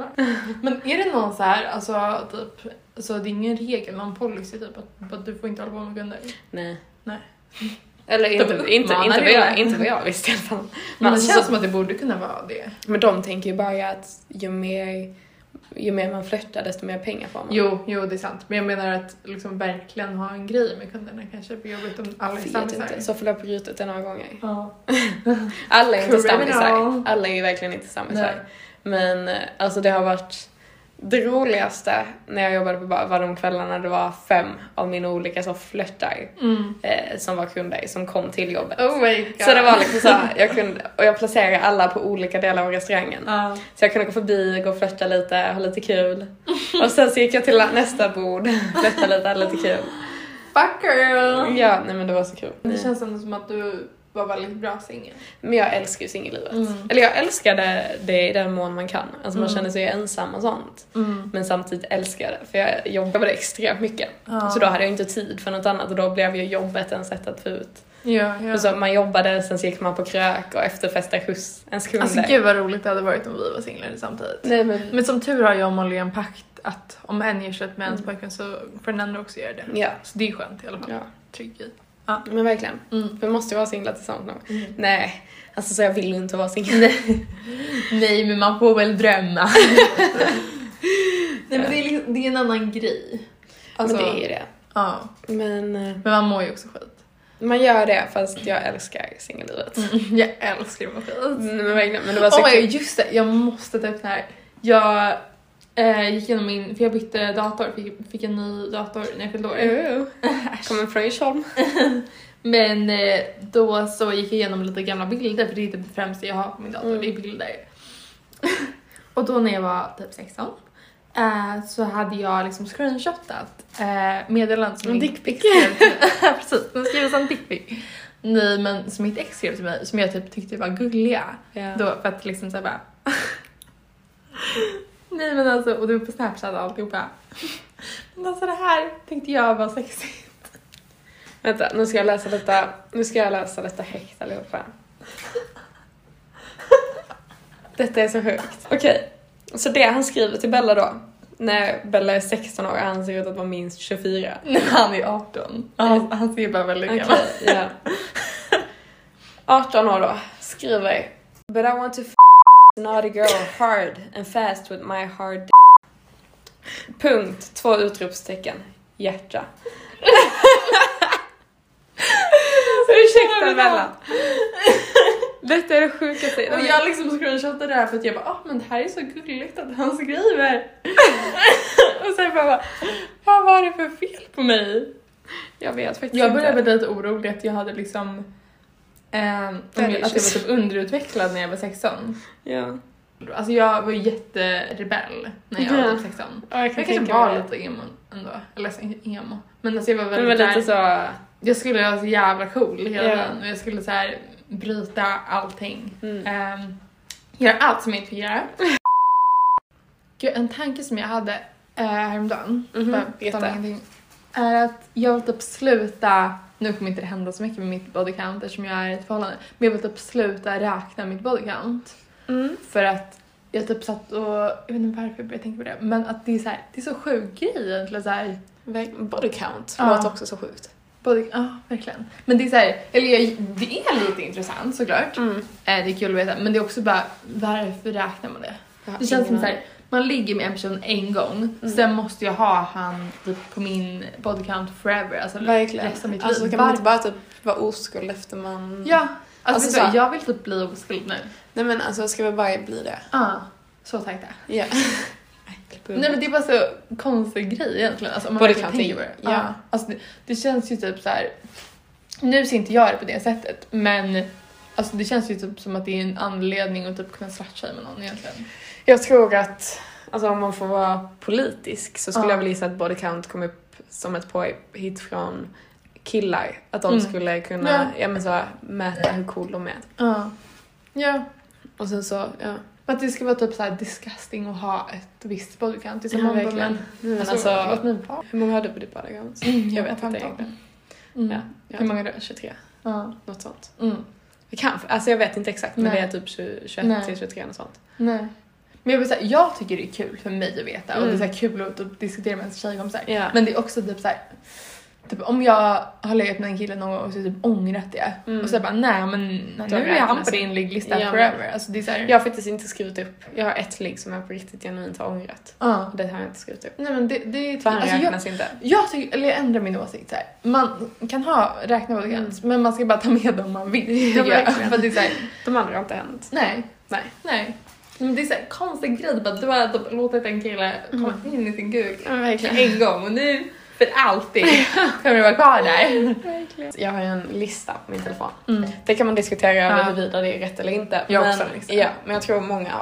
Men är det någon så här, alltså typ, alltså det är ingen regel, någon policy typ att, att du får inte hålla på med kunder? Nej. Nej. Eller inte, inte, inte, inte, vad jag, inte vad jag visste i alla fall. Men alltså, det känns så, som att det borde kunna vara det. Men de tänker ju bara att ju mer, ju mer man flörtar desto mer pengar får man. Jo, jo det är sant. Men jag menar att liksom verkligen ha en grej med kunderna kanske på jobbet om alla är stammisar. Så får jag på brutet det några gånger. Ja. Alla är inte stammisar. Alla är ju verkligen inte stammisar. Men alltså det har varit det roligaste när jag jobbade på bar var de kvällarna det var fem av mina olika så flörtar mm. eh, som var kunder som kom till jobbet. Oh my God. Så det var liksom så här, jag kunde, och jag placerade alla på olika delar av restaurangen. Uh. Så jag kunde gå förbi, gå och flörta lite, ha lite kul. Och sen så gick jag till nästa bord, flörta lite, ha lite kul. Fuck girl! Ja, nej men det var så kul. Det känns ändå som att du var väldigt bra singel. Men jag älskar ju singellivet. Mm. Eller jag älskade det i den mån man kan. Alltså man mm. känner sig ensam och sånt. Mm. Men samtidigt älskar det. För jag jobbade extremt mycket. Ja. Så då hade jag inte tid för något annat. Och då blev ju jobbet en sätt att få ut. Ja, ja. Och så man jobbade, sen så gick man på krök och efterfestade skjuts en sekund. Alltså gud vad roligt det hade varit om vi var singlar samtidigt. Nej, men... men som tur har jag och Molly en pakt att om en gör slut med ens pojkvän så får den andra också göra det. Ja. Så det är skönt i alla fall. Ja. Trygg i. Ja, men verkligen. Mm. Vi måste ju vara singlar tillsammans nu. Mm. Nej, alltså så jag vill ju inte vara singel. Nej. Nej, men man får väl drömma. Nej, men det är, liksom, det är en annan grej. Alltså, men det är det. Ja. Men, men man mår ju också skit. Man gör det, fast jag älskar singellivet. Mm, jag älskar det skit. Mm, men verkligen, men det var så oh, kul. just det, jag måste ta upp det här. Jag eh, gick igenom min, för jag bytte dator, fick, fick en ny dator när jag fyllde år. Uh, kommer från Djursholm. Men eh, då så gick jag igenom lite gamla bilder, för det är typ främst det jag har på min dator, mm. det är bilder. Och då när jag var typ sexton eh, så hade jag liksom screenshotat eh, meddelanden som en min dickpic. Precis, de skrev en dickpic. Nej, men som mitt ex skrev till mig, som jag typ tyckte var gulliga. Ja. Då, för att liksom såhär bara... Nej men alltså, och du på Snapchat och alltihopa. Men alltså det här tänkte jag var sexigt. Vänta, nu ska jag läsa detta. Nu ska jag läsa detta högt allihopa. Detta är så högt. Okej, okay. Så det han skriver till Bella då. När Bella är sexton år och han ser ut att vara minst tjugofyra. Nej, han är arton. Han, han ser bara väldigt gammal. Okay, yeah. arton år då. Skriver. But I want to f*** naughty girl hard and fast with my hard d***. Punkt. Två utropstecken. Hjärta. Ursäkta Bella. Detta är det sjukaste. Och jag liksom screenshotade det här för att jag bara, ah, men det här är så gulligt att han skriver. Och sen bara, vad var det för fel på mig? Jag vet faktiskt Jag började inte. bli lite orolig att jag hade liksom eh, att jag var typ underutvecklad när jag var sexton. Ja. Alltså jag var jätterebell när jag var typ sexton. Ja, jag kan jag kanske var lite emo ändå. Eller så inte emo. Men alltså jag var väldigt men lite så. Jag skulle vara så jävla cool hela yeah. tiden. Och jag skulle så här bryta allting. Mm. Um, göra allt som jag inte fick göra. Gud, en tanke som jag hade uh, häromdagen. Mm-hmm. Bara, är att jag vill typ sluta. Nu kommer inte det hända så mycket med mitt body count eftersom jag är i ett förhållande. Men jag vill typ sluta räkna mitt body count. Mm. För att jag typ satt och, jag vet inte varför jag började tänka på det, men att det är så här, det är så sjuk grej egentligen så här. Body count Ja. låter också så sjukt. Body, ja, verkligen. Men det är så här, eller jag, det är lite intressant såklart. Mm. Eh, det är kul att veta, men det är också bara, varför räknar man det? Det känns som så här, man ligger med en person en gång, mm. sen måste jag ha han typ på min body count forever, alltså verkligen. Resten av mitt alltså liv. kan man inte bara typ vara oskuld efter man... Ja, alltså, alltså så, så, jag vill typ bli oskuld nu. Nej men alltså ska vi bara bli det? Ja, ah, så tänkte jag. Ja. Nej men det är bara så konstig grej egentligen. Alltså, om man body verkligen count tänker på det. Ja. Ja. Alltså, det, det känns ju typ så här. Nu ser inte jag det på det sättet, men alltså, det känns ju typ som att det är en anledning att typ kunna slasha med någon egentligen. Jag tror att alltså, om man får vara politisk så skulle ja. jag vilja gissa att body count kom upp som ett påhitt från killar. Att de mm. skulle kunna ja. Ja, men så, mäta hur cool de är. Ja. Ja. Och sen så, ja. Att det ska vara typ så här disgusting att ha ett visst body count. Det är Ja, man verkligen. Men, men alltså, alltså hur många hade på ditt body count? Mm, jag vet inte egentligen. Mm. Ja, ja, hur många då? tjugotre. Ja. Något sånt. Mm. Det kan, alltså jag vet inte exakt, men Nej. det är typ tjugoett till tjugotre och sånt. Nej. Men jag vill säga, jag tycker det är kul för mig att veta mm. och det är så här kul att, att diskutera med ens tjejkompisar. Ja. Men det är också typ så här, typ om jag har legat med en kille någon gång och så typ ångrat det mm. och så bara nej men nej, nu är han på din ligglista ja, forever. Alltså det är så här... Jag har faktiskt inte skrivit upp. Jag har ett ligg som jag på riktigt genuint har ångrat. Uh. Det har jag inte skrivit upp. Nej men det, det för han alltså, räknas jag, inte. Jag tycker, eller jag ändrar min åsikt så här. Man kan ha räkna på det mm. men man ska bara ta med dem man vill. Ja, jag. För det är så här, de andra har inte hänt. Nej. Nej. Nej. Men det är så här konstig grej bara du har typ låtit en kille komma mm. in i sin gug ja, verkligen. En gång och nu för alltid kommer du vara kvar där. Verkligen. Jag har ju en lista på min telefon. Mm. Det kan man diskutera ja. över huruvida det är rätt eller inte. Jag men, också liksom. Ja, men jag tror många har det.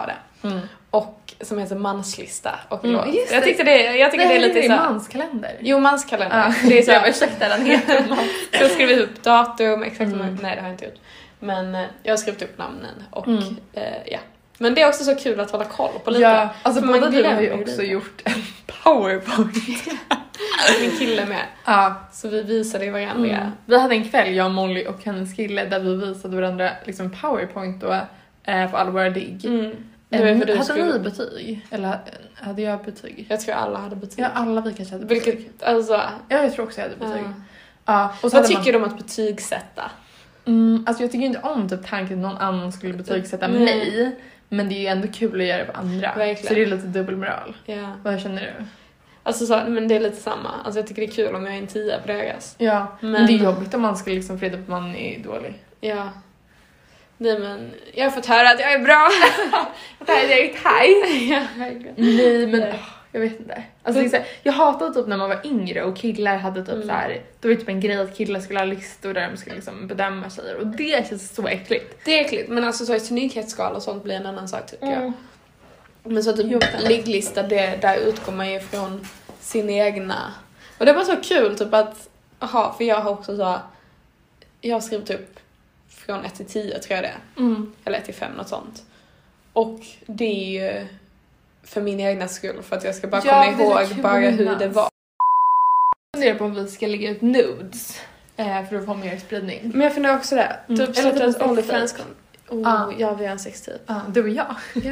Mm. Och som heter manslista och mm, låt. Jag tyckte det, jag tycker det, det är lite så här. Manskalender. Jo, manskalender. Ja. Det är så jag var ursäkta den heter mans. Så jag skrev upp datum exakt mm. som, nej det har jag inte gjort. Men eh, jag har skrivit upp namnen och mm. eh, ja. Men det är också så kul att hålla koll på lite. Ja, alltså båda du har ju också lite. Gjort en PowerPoint. Min kille med. Ja. Så vi visade ju varandra. Mm. Vi hade en kväll, jag, Molly och hennes kille, där vi visade varandra liksom PowerPoint då, eh, på alla våra digg. Mm. Mm. Hade skulle... ni betyg? Eller hade jag betyg? Jag tror alla hade betyg. Ja, alla vi kanske hade betyg. Vilket, alltså... Ja, jag tror också jag hade betyg. Uh. Ja. Och så vad tycker man... du om att betygsätta? Mm, alltså jag tycker inte om typ tanken att någon annan skulle betygsätta mm. mig. Men det är ju ändå kul att göra det på andra. Verkligen. Så det är lite dubbelmoral. Ja. Vad känner du? Alltså så, men det är lite samma. Alltså jag tycker det är kul om jag är en tia på deras. Ja, men, men det är jobbigt om man ska liksom freda på att man är dålig. Ja. Nej men, jag har fått höra att jag är bra. Att det här är ett hej. Ja, nej men, oh, jag vet inte. Alltså det är så här, jag hatade typ när man var yngre och killar hade typ mm. så här. Det var typ en grej att killar skulle ha listor där de skulle liksom bedöma tjejer. Och det känns så äckligt. Det är äckligt, men alltså så i snygghetsskala och sånt blir en annan sak tycker mm. jag. Men så typ ligglista, det, där utgår man ju från sin egna. Och det var så kul typ att, aha, för jag har också så, jag har skrivit upp från ett till tio tror jag det är. Mm. Eller ett till fem, något sånt. Och det är ju för min egna skull, för att jag ska bara ja, komma ihåg bara hur det var. Jag funderar på om vi ska lägga ut nudes eh, för att få mer spridning. Men jag funderar också det. Mm. Typ så att OnlyFans kom. Oh, ah. Ja, vi har en sextyp. Ja, ah, du och jag. Ja.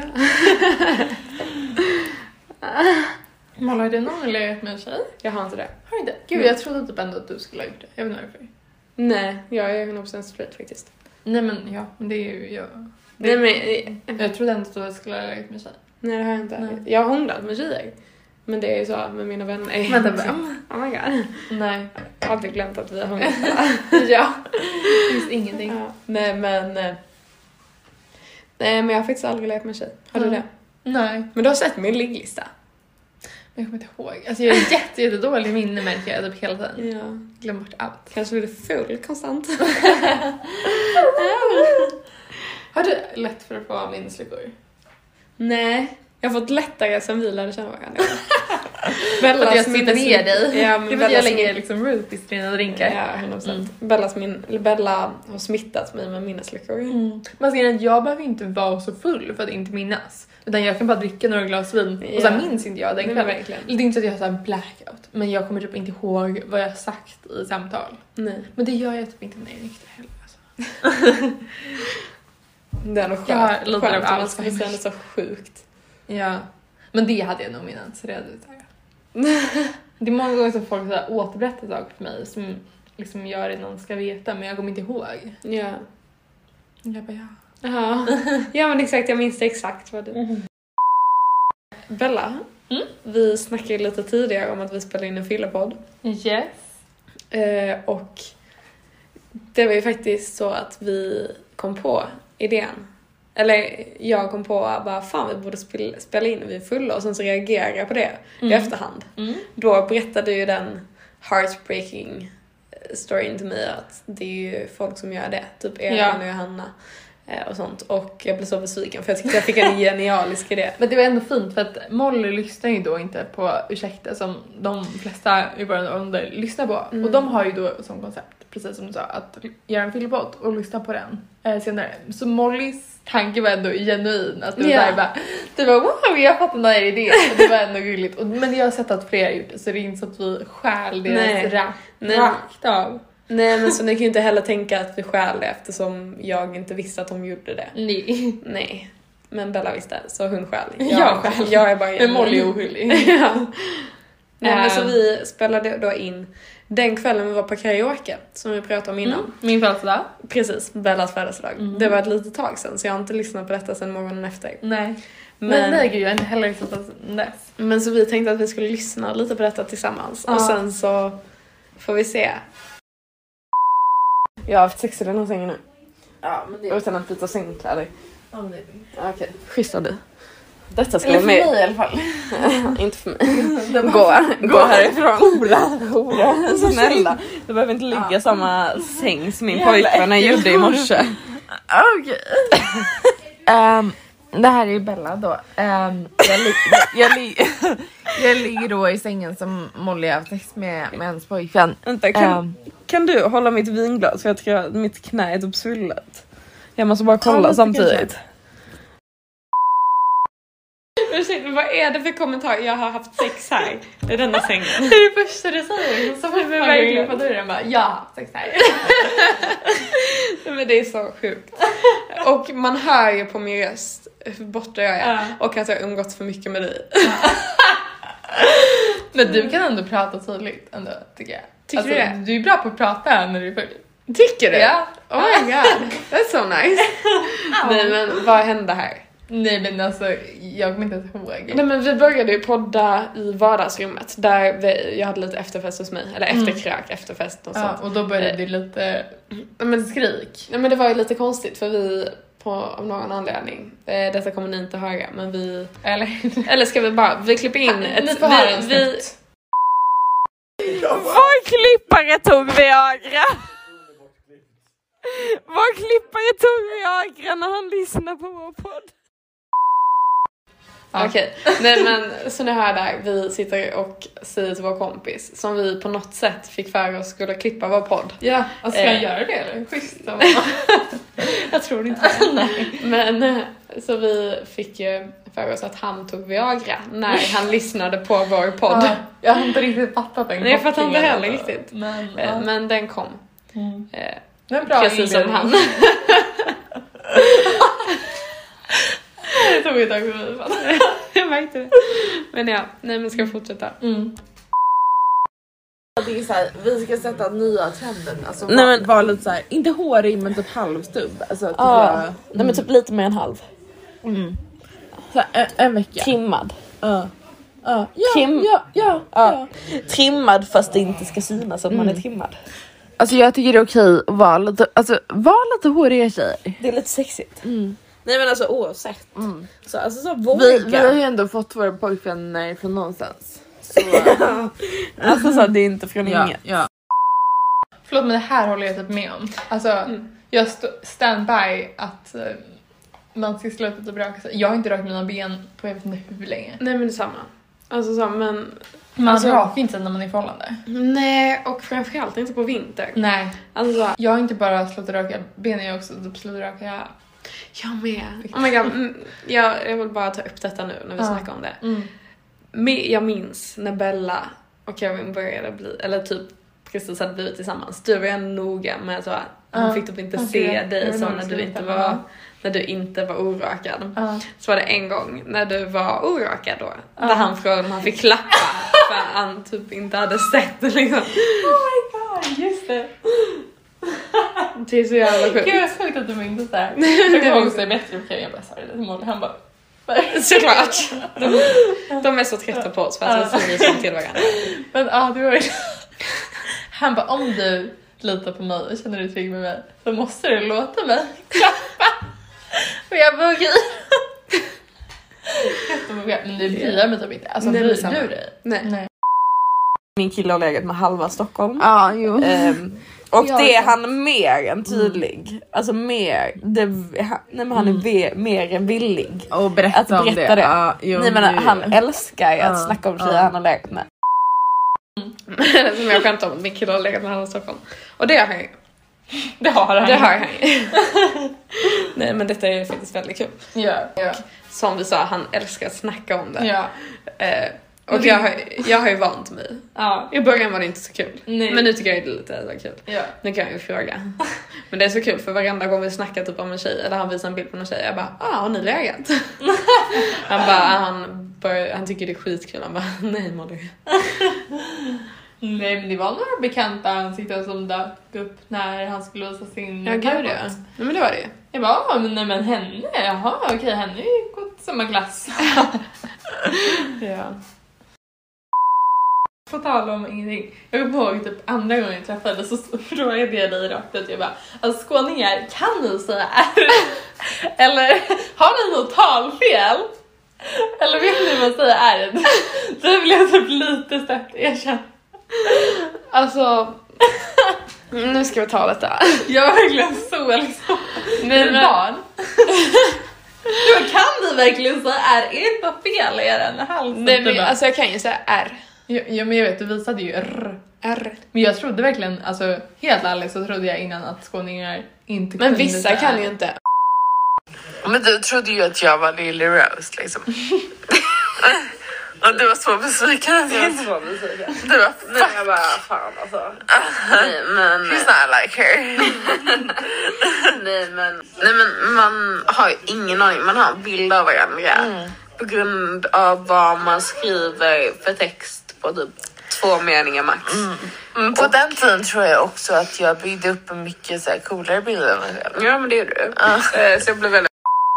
Målar du någon legat med en tjej? Jag har inte det. Har du inte? Gud, mm. jag trodde typ ändå att du skulle ha gjort det. Jag vet inte varför. Nej, jag är hundra procent straight faktiskt. Nej men ja, men det är ju jag. Det, Nej men jag trodde ändå att du skulle ha legat med en tjej. Nej, det har jag inte. Nej. Jag har hånglat med tjejer. Men det är ju så med mina vänner. Vänta, vem? Oh my god. Nej. Jag har aldrig glömt att vi har hånglat. Ja. Det finns ingenting. Ja. Nej men... Nej men jag har faktiskt aldrig legat med en tjej. Har mm. du det? Nej. Men du har sett min ligglista. Men jag kommer inte ihåg. Alltså jag är jätte, jättedålig minne märker jag typ hela tiden. Ja. Glöm bort allt. Kanske blir det full konstant. Har du lätt för att få minnesluckor? Nej. Jag har fått lättare sen vi lärde känna varandra. Bellas att jag sitter ner dig. Ja, men det är jag lägger liksom rupees till dina drinkar. Ja, hundra procent. Mm. Bellas min, eller Bella har smittat mig med minnesluckor. Mm. Man säger att jag behöver inte vara så full för att inte minnas. Utan jag kan bara dricka några glas vin. Ja. Och sen minns inte jag den kvällen. Verkligen. Det är inte så att jag har så här blackout. Men jag kommer typ inte ihåg vad jag har sagt i samtal. Nej. Men det gör jag typ inte när jag är nykter heller. Alltså. Det är nog skönt. Ja, lite skönt av allt. Det är så sjukt. Ja. Men det hade jag nog minns. Så det hade jag. Det är många gånger som folk så här återberättar saker för mig. Som liksom gör det någon ska veta. Men jag kommer inte ihåg. Ja. Jag bara ja. Ja. Ja men exakt, jag minns det exakt vad du... Mm. Bella, mm? vi snackade lite tidigare om att vi spelade in en fyllepodd. Yes. Eh, och det var ju faktiskt så att vi kom på idén. Eller jag kom på bara, fan vi borde spela, spela in och vi är fulla. Och sen så reagerade jag på det mm. i efterhand. Mm. Då berättade ju den heartbreaking storyn till mig att det är ju folk som gör det. Typ Elin ja. och Johanna. Och sånt. Och jag blev så besviken för jag tyckte jag fick en genialisk idé. Men det var ändå fint för att Molly lyssnar ju då inte på ursäkta som de flesta i vår ålder lyssnar på. Mm. Och de har ju då som koncept, precis som du sa, att göra en filmpott och lyssna på den eh, senare. Så Mollys tanke var ändå genuin. Att det var yeah. där bara, det var wow, jag fattar den här idén. Och det var ändå gulligt. Och, men jag har sett att fler har gjort det så det är inte så att vi stjäl deras rakt, rakt av. Nej, men så ni kan ju inte heller tänka att vi stjäl det eftersom jag inte visste att de gjorde det. Nej. Nej. Men Bella visste, så hon stjäl. Jag, jag själv. Jag är bara en Molly oskyldig. Ja. Nej, men så vi spelade då in den kvällen vi var på karaoke som vi pratade om innan. Mm. Min födelsedag. Precis, Bellas födelsedag. Mm. Det var ett litet tag sedan så jag har inte lyssnat på detta sedan morgonen efter. Nej. Men, men nej gud, jag har inte heller lyssnat på dess. Men så vi tänkte att vi skulle lyssna lite på detta tillsammans. Ja. Och sen så får vi se. Jag har haft sex i den här sängen nu. Ja, men det... Utan att byta sängkläder. Ja, men det är okej. Okay. Schysst av dig. Detta ska vara med. För mig i alla fall. Inte för mig. Gå, gå härifrån. Hora, hora. Snälla. Du behöver inte ligga i ja. samma säng som min pojkvän jag gjorde i morse. Okej. Okay. um, Det här är ju Bella då. Um, jag, li- jag, li- jag ligger då i sängen som Molly har haft sex med, med ens pojkvän. Vänta, kan, um, kan du hålla mitt vinglas? För jag tror att mitt knä är typ svullet. Jag måste bara kolla ja, samtidigt. Ursäkta, vad är det för kommentar? Jag har haft sex här i denna sängen. Det är det första du säger. Så får vi verkligen på dörren bara, jag har haft sex här. Men det är så sjukt. Och man hör ju på min röst hur borta jag är. Uh. Och att jag har umgått för mycket med dig. Men du kan ändå prata tydligt ändå, tycker jag. Tycker alltså, du det? Du är bra på att prata när du är full. Tycker du? Ja. Oh my god, that's so nice. Nej men vad hände här? Nej men alltså, jag kommer inte ihåg. Nej men vi började ju podda i vardagsrummet. Där vi, jag hade lite efterfest hos mig. Eller efterkrök, mm. efterfest och sånt. Ja, och då började det lite men skrik. Nej men det var ju lite konstigt för vi, på, av någon anledning, eh, detta kommer ni inte höra, men vi... Eller, eller ska vi bara, vi klipper in ha, ett... Vi, vi, vi... Vår klippare tog Viagra! Vår klippare tog Viagra när han lyssnade på vår podd. Ja. Okej, okay. Nej men så nu här där, vi sitter och säger till vår kompis som vi på något sätt fick för oss skulle klippa vår podd. Ja, och ska eh. jag göra det eller? Schysst. Jag tror inte det. Nej. Men så vi fick ju för oss att han tog Viagra när han lyssnade på vår podd. Ja, jag har inte riktigt fattat den. Nej, jag fattar inte heller riktigt. Men, eh, ja. men den kom. Mm. Eh, det är bra precis som han. Det tog ett tag för mig. Jag märkte det. Men ja, nej men ska fortsätta. Mm. Det är så här, vi ska sätta nya trenden. Alltså nej, men var lite så här, inte hårig men typ halvstubb. Alltså typ ah, jag, mm. nej men typ lite mer än halv. Mm. Så här, en, en vecka. Trimmad. Ja. Ja. Ja, Trim- ja, ja, ja. Ja. Trimmad fast det inte ska synas att mm. man är trimmad. Alltså jag tycker det är okej att vara lite, alltså var lite håriga tjejer. Det är lite sexigt. Mm. Nej men alltså oavsett. Mm. Så, alltså, så våga. Vi, vi har ju ändå fått våra pojkvänner från någonstans. Så. Alltså så det är inte från ja, inget. Ja. Förlåt men det här håller jag typ med om. Alltså mm. jag st- stand by att uh, man ska sluta typ röka sig. Jag har inte rökt mina ben på jag vet inte hur länge. Nej men det är samma. Alltså så men... Man alltså, röker inte när man är i förhållande. Nej, och framförallt inte på vinter. Nej. Alltså, jag har inte bara slutat röka benen, jag har också typ slutat röka. Jag med. Oh my god. Jag, jag vill bara ta upp detta nu när vi uh. snackar om det. Mm. Jag minns när Bella och Kevin började bli, eller typ precis hade blivit tillsammans. Du var ju noga med så att han uh. fick typ inte okay. se dig så när du inte var... Uh. När du inte var orökad. Uh. Så var det en gång när du var orökad då. Uh. Där han frågade om han fick klappa. För han typ inte hade sett det liksom. Oh my god, just det. Det är så jävla sjukt. Gud, jag är sjukt att du minns det här. Jag kommer ihåg att säga bättre för jag bara sa det till mål. Han bara... Såklart. De, de är så trötta på oss för att vi säger som till varandra. Men ja, det var ju... Han bara, om du litar på mig och känner dig trygg med mig så måste du låta mig klappa. Och jag bara okej. Men det bryr mig typ inte. Alltså nej, bryr du dig? Nej. Nej. Min kille har legat med halva Stockholm. Ja, jo. Um, och ja, det är han mer än tydlig. Mm. Alltså mer. Det, han, nej, men han är mm. ve, mer än villig. Och berätta att berätta om det. det. Ja, jo, nej, men han älskar ju att ja, snacka om tjejer ja. han har legat med. Mm. Som jag skämtar om. Min kille har legat med halva Stockholm. Och det har han ju. Det har han. Det har han ju. Nej men detta är faktiskt väldigt kul. Ja, ja. Som vi sa, han älskar att snacka om det. Ja. Eh, och jag har, jag har ju vant mig. Ja. I början var det inte så kul. Nej. Men nu tycker jag det är lite så kul. Ja. Nu kan jag ju fråga. Men det är så kul för varenda gång vi snackar typ om en tjej eller han visar en bild på en tjej, jag bara, ah, har ni legat? Han bara, han, bör, han tycker det är skitkul. Han bara, nej Molly. Nej men det var några bekanta ansikten som dök upp när han skulle visa sin... Ja gud ja. Nej men det var det. Jag bara, ah, men nej men henne, jaha okej, henne är ju gått samma klass. Ja. På tal om ingenting. Jag kommer ihåg typ andra gången jag träffade så frågade jag dig rakt ut. Jag bara, alltså skåningar, kan ni säga R? Eller har ni något talfel? Eller vet ni vad säger R? Det blev jag typ lite stött erkänt. Alltså nu ska vi ta detta. Jag var verkligen så liksom. Nej, men... barn. Då kan vi verkligen säga R. Är det något fel i den halsen? Nej, men alltså jag kan ju säga R. Ja, ja, men jag vet, du visade ju R. R. Men jag trodde verkligen, alltså helt ärligt så trodde jag innan att skåningar inte kunde. Men vissa kan ju inte. Men du trodde ju att jag var Lily Rose liksom. Och du var så besviken. Jag var så besviken. Du var nej, jag bara, fan alltså. Nej men... She's not like her. nej men... Nej men man har ju ingen aning. Man har en bild av varandra. Mm. På grund av vad man skriver för text på typ två meningar max. Mm. Mm, på och, den tiden tror jag också att jag byggde upp en mycket så här coolare bild av mig själv. Ja men det gjorde du. Uh. Så jag blev väldigt...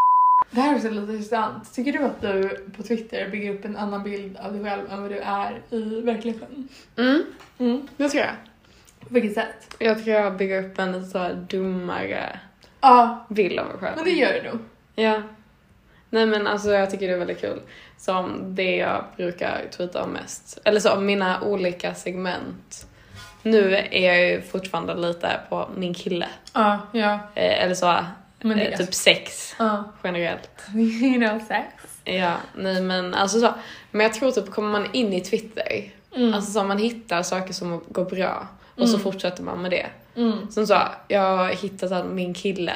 Det här är så lite intressant. Tycker du att du på Twitter bygger upp en annan bild av dig själv än vad du är i verkligheten? Mm, mm. Det tror jag. På vilket sätt? Jag tror jag bygger upp en lite så här dummare ja. bild av mig själv. Men det gör du nog. Ja. Nej men alltså jag tycker det är väldigt kul. Som det jag brukar tweeta om mest. Eller så mina olika segment. Nu är jag ju fortfarande lite på min kille. Ja, ja. Eh, eller så... Men eh, typ sex uh. generellt. You know sex. Ja, nej men alltså så. Men jag tror typ kommer man in i Twitter. Mm. Alltså så man hittar saker som går bra. Och mm. så fortsätter man med det. Mm. Som så, jag har hittat att min kille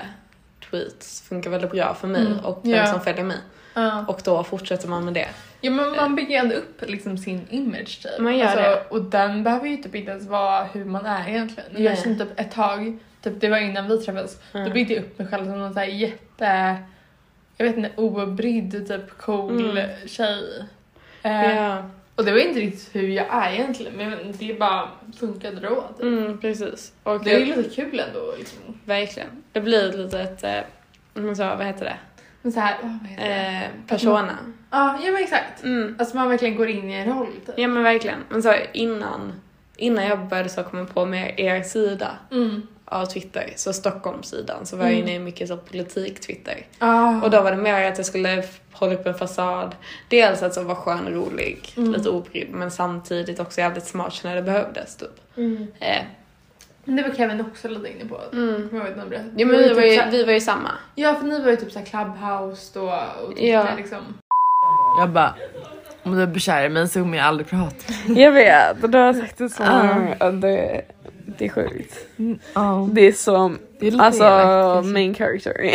tweets funkar väldigt bra för mig. Mm. Och vem yeah. som följer mig. Uh. Och då fortsätter man med det. Ja men man bygger ändå upp liksom sin image typ. Man gör alltså, det. Och den behöver ju typ inte ens vara hur man är egentligen. Nej. Jag kände typ ett tag... Typ det var innan vi träffades. Mm. Då byggde jag upp mig själv som någon så här jätte... Jag vet inte, obrydd typ cool mm. tjej. Eh, ja. Och det var inte riktigt hur jag är egentligen. Men det bara funkade då. Typ. Mm, precis. Och det är ju lite kul ändå. Liksom. Verkligen. Det blir lite ett... Eh, så, vad heter det? Men så här, oh, vad heter det? Eh, persona. Ja, ja men exakt. Mm. Alltså man verkligen går in i en roll. Typ. Ja men verkligen. Men så innan... Innan jag började så komma på med er sida. Mm. Av Twitter, så Stockholmssidan, så var jag inne i mycket så politik-Twitter. Oh. Och då var det mer att jag skulle hålla upp en fasad. Dels att så var skön och rolig, mm. lite obrydd, men samtidigt också jävligt smart när det behövdes typ. Mm. Eh. Men det var Kevin också lite inne på. Mm. Jag vet inte ja, men vi, vi, var ju, vi var ju samma. Ja, för ni var ju typ såhär Clubhouse då och typ ja. liksom. Jag bara, om du är bekär i mig så kommer jag aldrig prata. Jag vet, du har sagt det så. Uh. Det, det är sjukt. Mm, oh. Det är som det är alltså elakt, main character.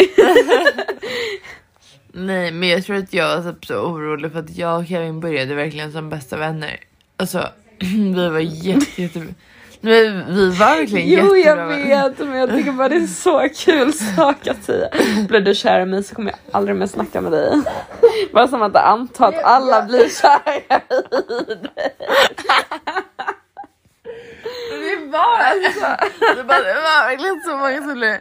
Nej, men jag tror att jag var typ så orolig för att jag och Kevin började verkligen som bästa vänner. Alltså, vi var jätte, jätte... Vi, vi var verkligen jo, jättebra. Jo, jag vet, men jag tycker bara det är så kul sak att säga. Blir du kär i mig så kommer jag aldrig mer snacka med dig. Bara som att anta att alla blir kära i dig. Det var alltså. Det var, det var verkligen så många som blev...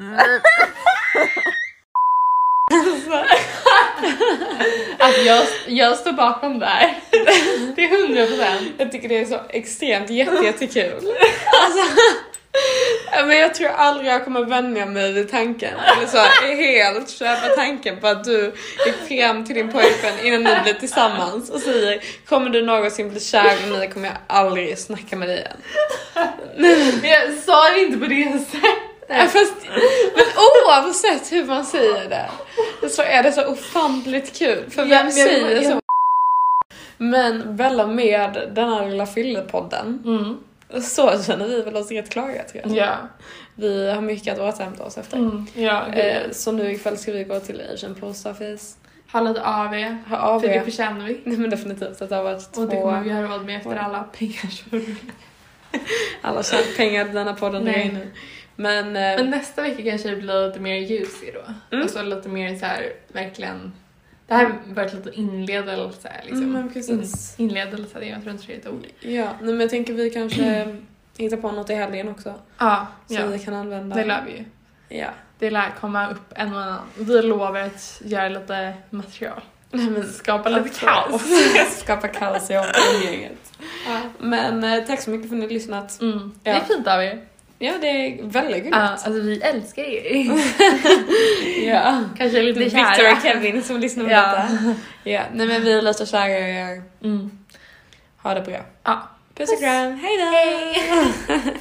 Att jag, jag står bakom där. Det är hundra procent. Jag tycker det är så extremt jätte, jättekul. Alltså, men jag tror aldrig jag kommer vänja mig vid tanken. Eller så är helt köpa tanken på att du är fram till din pojkvän innan ni blir tillsammans och säger, kommer du någonsin bli kär i mig kommer jag aldrig snacka med dig igen. Men jag sa det inte på det sättet. Ja, fast, men oavsett hur man säger det så är det så ofantligt kul. För vem ja, säger jag, jag, så? Men Bella, med den här lilla fyllepodden mm. så känner vi väl oss rätt klara, tror jag. Ja. Vi har mycket att återhämta oss efter. Mm. Ja, eh, så nu ikväll ska vi gå till Asian Post Office. Ha lite A V. Ha A V. För det förtjänar vi. Nej, men definitivt att det har varit två... Och det kommer vi göra råd med efter alla pengar som alla tjänat pengar i denna podden där inne. Men, eh, men nästa vecka kanske det blir lite mer juicy då. Mm. Alltså lite mer så här, verkligen... Det här har varit lite inledelse liksom. Mm, men precis. In, inledelse, jag tror inte det är ett ord. Ja, men jag tänker vi kanske mm. hittar på något i helgen också. Ja, så ja. vi kan använda. Det lär vi ju. Ja. Det lär komma upp en och annan. Vi lovar att göra lite material. Nej, men skapa lite kaos. Skapa kaos i omgänget. Ja. Men eh, tack så mycket för att ni har lyssnat. Mm. Ja. Det är fint av er. Ja, det är väldigt gulligt. Ja, alltså vi älskar er. Ja. Kanske lite Victor och Kevin som lyssnar på ja. detta. Ja, nej men vi är lite kära i er. Mm. Ha det bra. Ja. Puss och kram. Hej då! Hej!